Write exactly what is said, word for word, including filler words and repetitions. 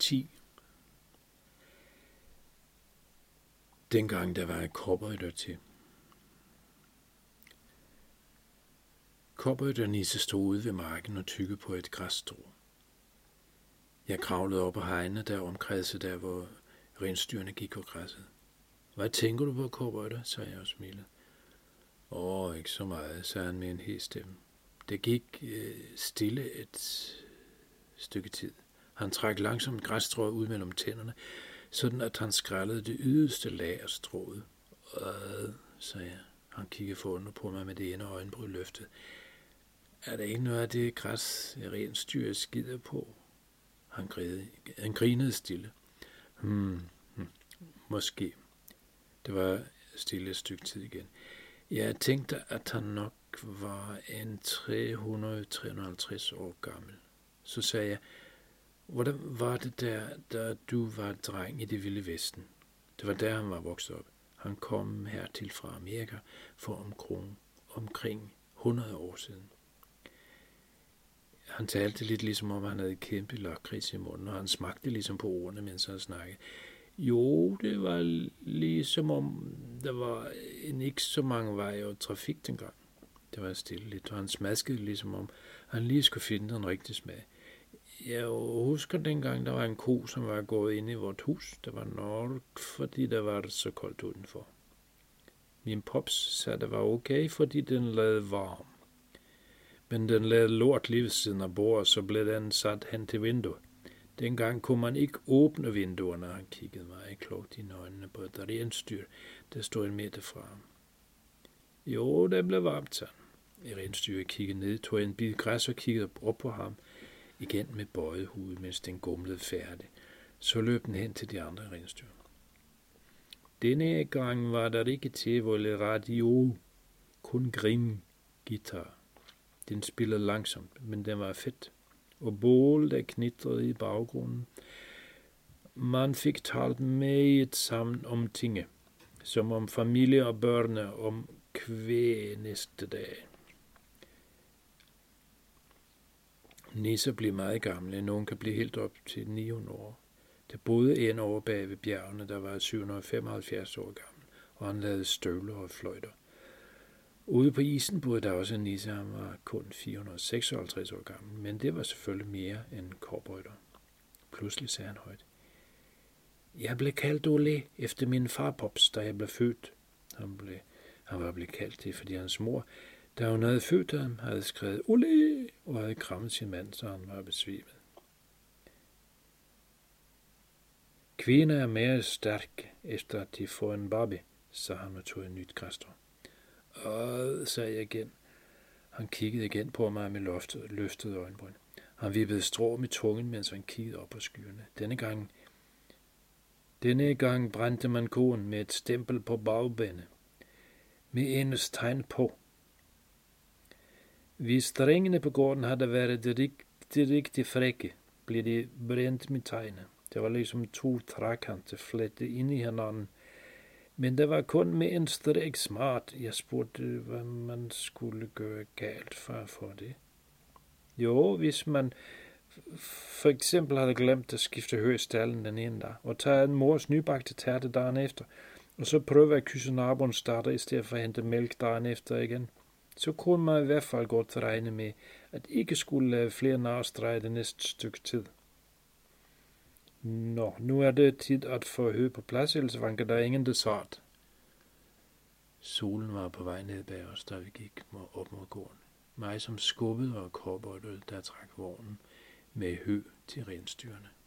ti. Dengang der var kobberrytter til. Kobberrytter Nisse stod ude ved marken og tyggede på et græsstrå. Jeg kravlede op på hegnet der omkredset der, hvor rensdyrene gik og græssede. Hvad tænker du på, kobberrytter? Sagde jeg og smilede. Åh, ikke så meget, sagde han med en hes stemme. Det gik øh, stille et stykke tid. Han trak langsomt græsstrået ud mellem tænderne, sådan at han skrællede det yderste lag af strået. Øh, sagde jeg. Han kiggede forundret på mig med det ene øjenbryn løftet. Er der ikke noget af det græs, rensdyr skider på? Han, grinede, han grinede stille. Hmm, hmm, måske. Det var stille et stykke tid igen. Jeg tænkte, at han nok var en tre hundrede til tre hundrede og halvtreds år gammel. Så sagde jeg, hvordan var det der, da du var dreng i det vilde vesten? Det var der, han var vokset op. Han kom hertil fra Amerika for omkring, omkring hundrede år siden. Han talte lidt ligesom om, han havde kæmpe lakrids i munden, og han smagte ligesom på ordene, mens han snakkede. Jo, det var ligesom om, der var en ikke så mange veje og trafik dengang. Det var stille lidt, og han smaskede ligesom om, han lige skulle finde den rigtige smag. Jeg husker dengang, der var en ko, som var gået ind i vort hus. Der var nok, fordi der var det så koldt udenfor. Min pops sagde, det var okay, fordi den lavede varm. Men den lavede lort lige ved siden af bordet, så blev den sat hen til vinduet. Dengang kunne man ikke åbne vinduerne, når han kiggede mig klogt i øjnene på et rensdyr, der stod en meter fra ham. Jo, det blev varmt, sagde han. Rensdyret kiggede ned, tog en bid græs og kiggede op på ham, igen med bøjet hoved, mens den gumlede færdig. Så løb den hen til de andre rensdyr. Denne gang var der ikke tv eller radio, kun grim guitar. Den spillede langsomt, men den var fedt. Og bål, der knitrede i baggrunden. Man fik talt meget sammen om tinge, som om familie og børne, om kvæg næste dag. Nisser blev meget gamle, nogen kan blive helt op til ni hundrede år. Der boede en over bag ved bjergene, der var syv hundrede og femoghalvfjerds år gammel, og han lavede støvler og fløjter. Ude på isen boede der også en nisse, han var kun fire hundrede og seksoghalvtreds år gammel, men det var selvfølgelig mere end kobberrytter. Pludselig sagde han højt. Jeg blev kaldt Ole efter min far Pops, da jeg blev født. Han, blev, han var blevet kaldt det, fordi hans mor, da hun havde født ham, havde skrevet Ole og havde krammet sin mand, så han var besvimet. Kvinder er mere stærke, efter at de får en baby, sagde han og tog en nyt græsstrå. Åh, sagde jeg igen. Han kiggede igen på mig med løftede, løftede øjenbryn. Han vippede strå med tungen, mens han kiggede op på skyerne. Denne gang, denne gang brændte man koen med et stempel på bagbenet, med enes tegn på. Hvis drengene på gården havde været de rigtig, rigtig frække, blev de brændt med tegnet. Det var ligesom to trækanter flettet ind i hinanden. Men det var kun med en stræk smart. Jeg spurgte, hvad man skulle gøre galt for at få det. Jo, hvis man for eksempel havde glemt at skifte hø i stallen den ene dag, og tage en mors nybagte tærte dagen efter, og så prøve at kysse naboens starter, i stedet for at hente mælk dagen efter igen, så kunne man i hvert fald godt regne med, at ikke skulle lave flere narstreger det næste stykke tid. Nå, nu er det tid at få hø på plads, ellers vanker der ingen dessert. Solen var på vej ned bag os, da vi gik op mod gården. Mig som skubbede og kobberrytter, der trak vognen med hø til rensdyrene.